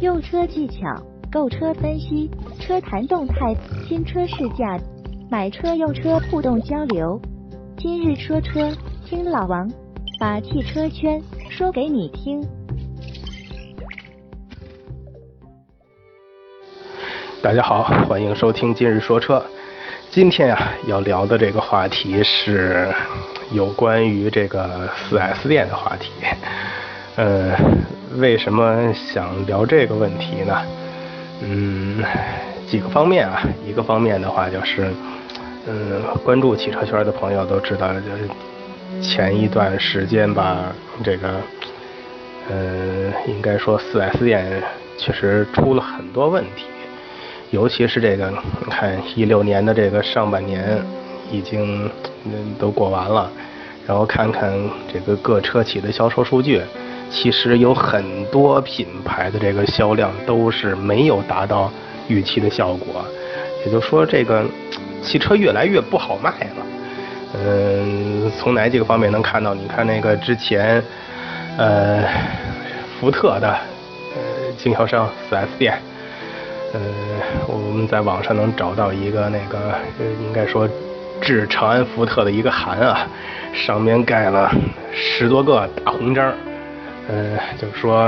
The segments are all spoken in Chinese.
用车技巧、购车分析、车谈动态、新车试驾、买车用车互动交流。今日说车，听老王把汽车圈说给你听。 大家好，欢迎收听今日说车。今天要聊的这个话题是有关于这个 4S 店的话题。为什么想聊这个问题呢？几个方面一个方面的话就是，关注汽车圈的朋友都知道，就是前一段时间吧，这个，应该说 4S 店确实出了很多问题。尤其是这个，你看16年的这个上半年已经都过完了，然后看看这个各车企的销售数据，其实有很多品牌的这个销量都是没有达到预期的效果，也就是说这个汽车越来越不好卖了。从哪几个方面能看到？你看那个之前，福特的经销商 4S 店。我们在网上能找到一个那个应该说致长安福特的一个函上面盖了10多个大红章，就是说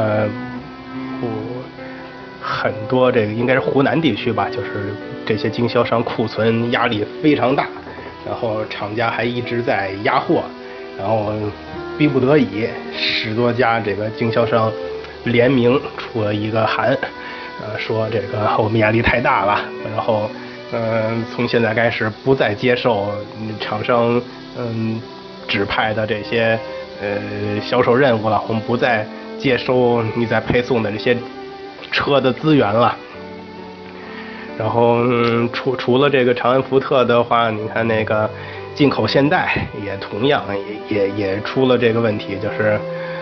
很多这个应该是湖南地区吧，就是这些经销商库存压力非常大，然后厂家还一直在压货，然后逼不得已10多家这个经销商联名出了一个函。说这个我们压力太大了，然后从现在开始不再接受厂商指派的这些销售任务了，我们不再接收你在配送的这些车的资源了。然后除了这个长安福特的话，你看那个进口现代也同样也出了这个问题，就是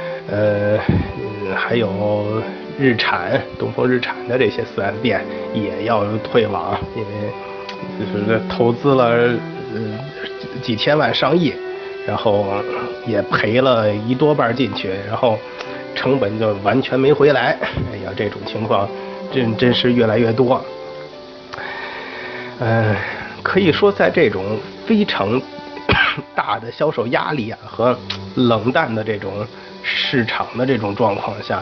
还有日产、东风日产的这些 4S 店也要退网，因为就是投资了几千万上亿，然后也赔了1多半进去，然后成本就完全没回来。哎呀，这种情况真是越来越多。可以说在这种非常大的销售压力和冷淡的这种市场的这种状况下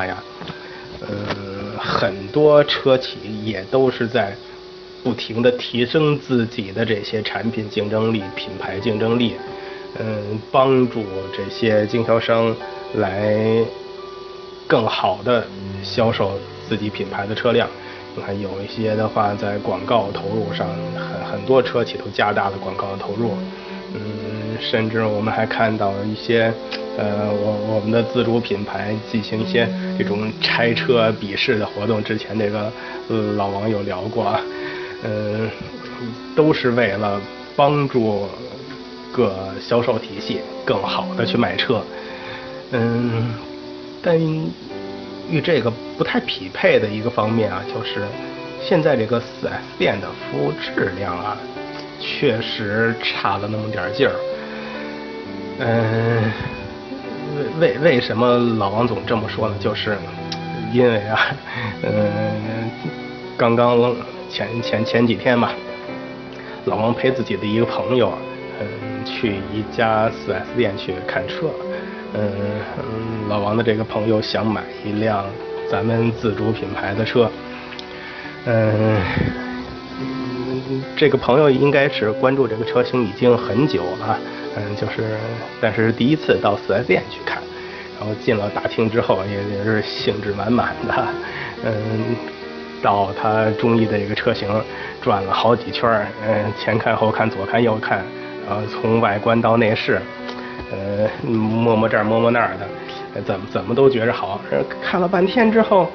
很多车企也都是在不停地提升自己的这些产品竞争力、品牌竞争力，帮助这些经销商来更好的销售自己品牌的车辆。你看有一些的话，在广告投入上，很多车企都加大了广告的投入。甚至我们还看到一些我们的自主品牌进行一些这种拆车比试的活动，之前这个老王有聊过，都是为了帮助各销售体系更好的去卖车。但与这个不太匹配的一个方面就是现在这个 4S 店的服务质量确实差了那么点劲儿。为什么老王总这么说呢？就是因为刚刚前几天吧，老王陪自己的一个朋友去一家 4S 店去看车。老王的这个朋友想买一辆咱们自主品牌的车。这个朋友应该是关注这个车型已经很久了，但是第一次到 4S 店去看，然后进了大厅之后也是兴致满满的，到他中意的这个车型转了好几圈，前看后看左看右看，从外观到内饰，摸这儿摸那儿的，怎么都觉着好。看了半天之后，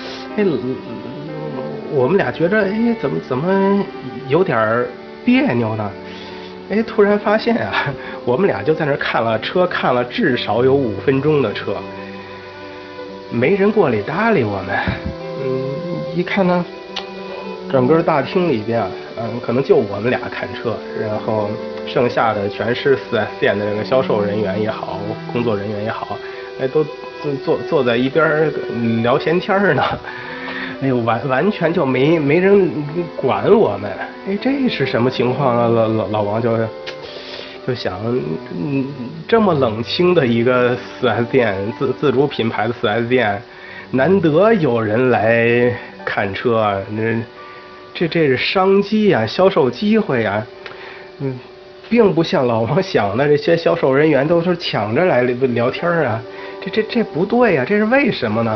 我们俩觉着怎么有点别扭呢？突然发现我们俩就在那看了至少有5分钟的车，没人过来搭理我们。一看呢，整个大厅里边可能就我们俩看车，然后剩下的全是 4S 店的这个销售人员也好，工作人员也好， 都坐在一边聊闲天呢。哎呦，完全就没人管我们。哎，这是什么情况啊？老王就想，这么冷清的一个 4S 店，自主品牌的 4S 店，难得有人来看车，这是商机呀，销售机会呀。并不像老王想的，这些销售人员都是抢着来聊天啊，这不对呀，这是为什么呢？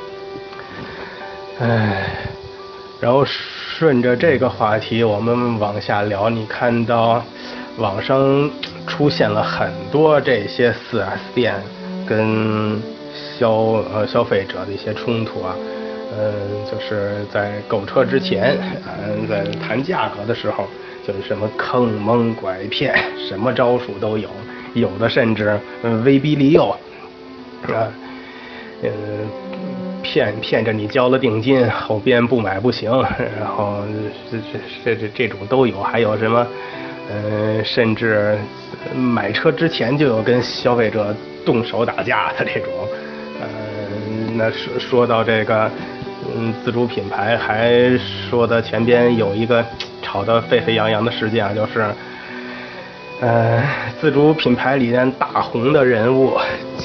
然后顺着这个话题我们往下聊，你看到网上出现了很多这些 4S 店跟消费者的一些冲突啊，就是在购车之前，在谈价格的时候，就是什么坑蒙拐骗，什么招数都有，有的甚至威逼利诱啊，骗着你交了定金，后边不买不行，然后这种都有，还有什么甚至买车之前就有跟消费者动手打架的这种，那说到这个自主品牌，还说的前边有一个吵得沸沸扬扬的事件啊，就是自主品牌里面大红的人物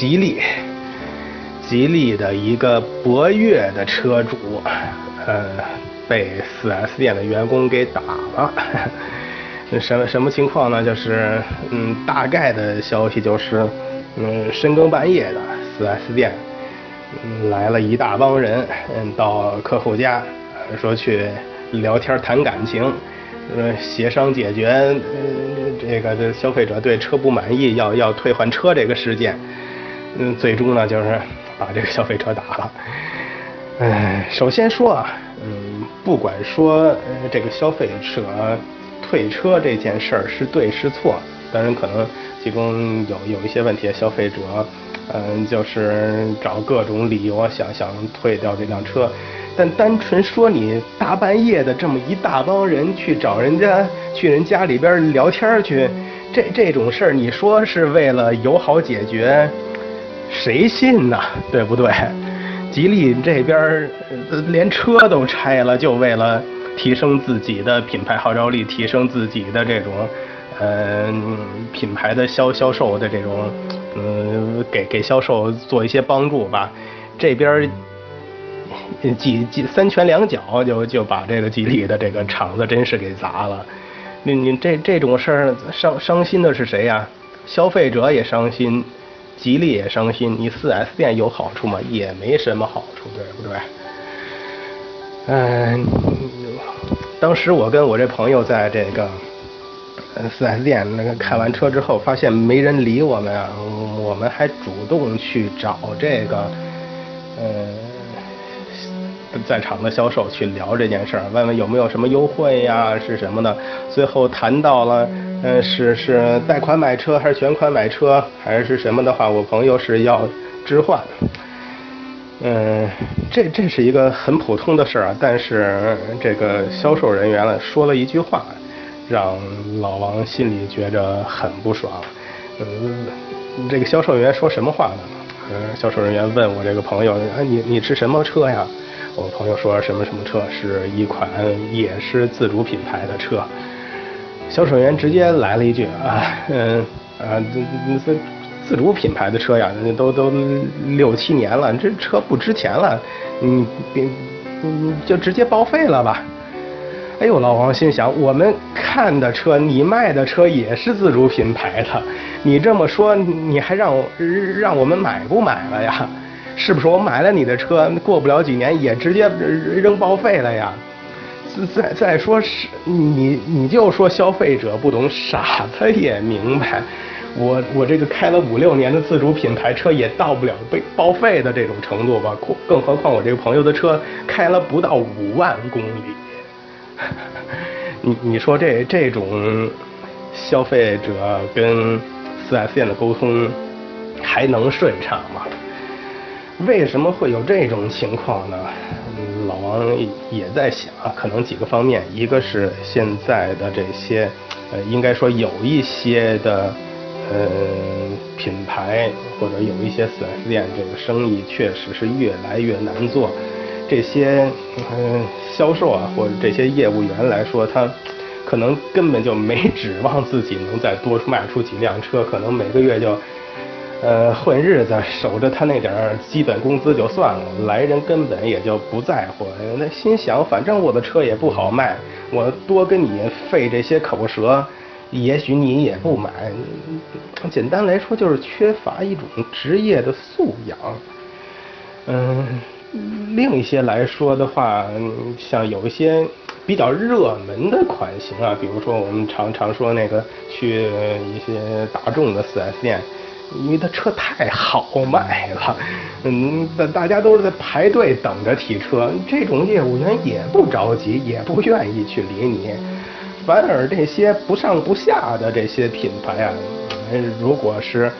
吉利的一个博越的车主，被 4S 店的员工给打了。什么情况呢？就是大概的消息就是，深更半夜的 4S 店，来了一大帮人，到客户家，说去聊天谈感情，协商解决这个消费者对车不满意要退换车这个事件。最终呢就是把这个消费者打了。首先说啊，不管说这个消费者退车这件事儿是对是错，当然可能其中有一些问题，消费者就是找各种理由想退掉这辆车，但单纯说你大半夜的这么一大帮人去找人家去人家里边聊天去，这种事儿你说是为了友好解决，谁信呢？对不对？吉利这边连车都拆了，就为了提升自己的品牌号召力，提升自己的这种品牌的销售的这种给销售做一些帮助吧。这边三拳两脚就把这个吉利的这个厂子真是给砸了。你这种事儿伤心的是谁呀？消费者也伤心，吉利也伤心。你 4S 店有好处吗？也没什么好处，对不对？当时我跟我这朋友在这个4S 店那个看完车之后，发现没人理我们啊，我们还主动去找这个在场的销售去聊这件事儿，问问有没有什么优惠呀，是什么的。最后谈到了是贷款买车还是全款买车还是什么的话，我朋友是要置换。这是一个很普通的事儿啊，但是这个销售人员说了一句话，让老王心里觉着很不爽。这个销售人员说什么话呢？销售人员问我这个朋友，你是什么车呀？我朋友说什么车，是一款也是自主品牌的车。销售员直接来了一句自主品牌的车呀，都6、7年了，这车不值钱了，你就直接报废了吧。哎呦，老王心想，我们看的车，你卖的车也是自主品牌的，你这么说，你还让我们买不买了呀？是不是我买了你的车，过不了几年也直接扔报废了呀？再说是你就说消费者不懂，傻子也明白。我这个开了5、6年的自主品牌车也到不了被报废的这种程度吧，更何况我这个朋友的车开了不到5万公里。你说这种消费者跟 4S 店的沟通还能顺畅吗？为什么会有这种情况呢？老王也在想，可能几个方面，一个是现在的这些应该说有一些的品牌或者有一些 4S 店，这个生意确实是越来越难做。这些销售啊或者这些业务员来说，他可能根本就没指望自己能再多卖出几辆车，可能每个月就混日子，守着他那点基本工资就算了，来人根本也就不在乎。那心想，反正我的车也不好卖，我多跟你费这些口舌，也许你也不买。简单来说，就是缺乏一种职业的素养。另一些来说的话，像有一些比较热门的款型啊，比如说我们常说那个去一些大众的 4S 店，因为它车太好卖了，大家都是在排队等着提车，这种业务员也不着急，也不愿意去理你。反而这些不上不下的这些品牌啊，如果是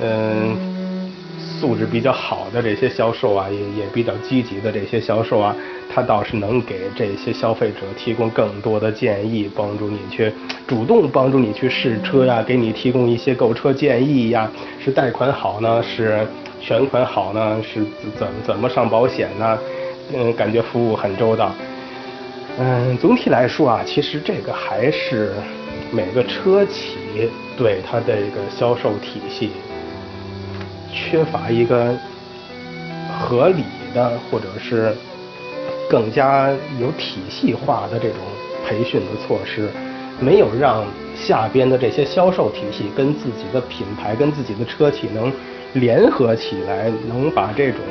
素质比较好的这些销售啊，也比较积极的这些销售啊，他倒是能给这些消费者提供更多的建议，帮助你去主动帮助你去试车呀，给你提供一些购车建议呀，是贷款好呢，是全款好呢，是怎么上保险呢？感觉服务很周到。总体来说啊，其实这个还是每个车企对它的这个销售体系缺乏一个合理的或者是更加有体系化的这种培训的措施，没有让下边的这些销售体系跟自己的品牌跟自己的车企能联合起来，能把这种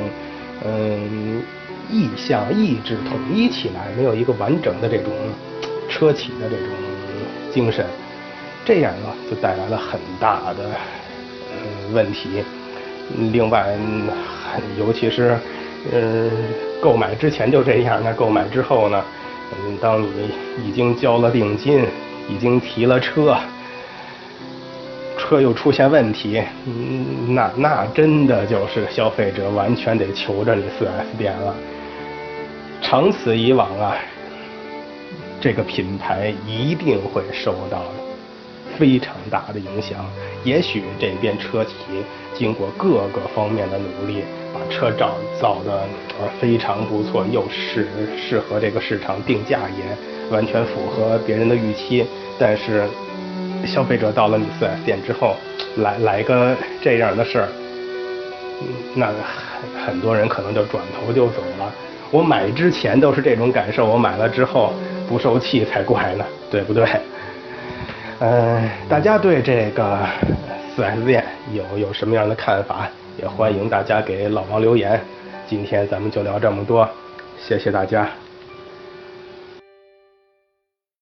意志统一起来，没有一个完整的这种车企的这种精神，这样呢就带来了很大的问题。另外，尤其是购买之前就这样，那购买之后呢，当你已经交了定金，已经提了车，车又出现问题，那真的就是消费者完全得求着你 4S 店了。长此以往啊，这个品牌一定会受到非常大的影响。也许这边车企经过各个方面的努力，把车造的非常不错，又适合这个市场，定价也完全符合别人的预期。但是消费者到了你 4S 店之后，来个这样的事儿，那很多人可能就转头就走了。我买之前都是这种感受，我买了之后不受气才怪呢，对不对？大家对这个 4S 店有什么样的看法？也欢迎大家给老王留言。今天咱们就聊这么多，谢谢大家。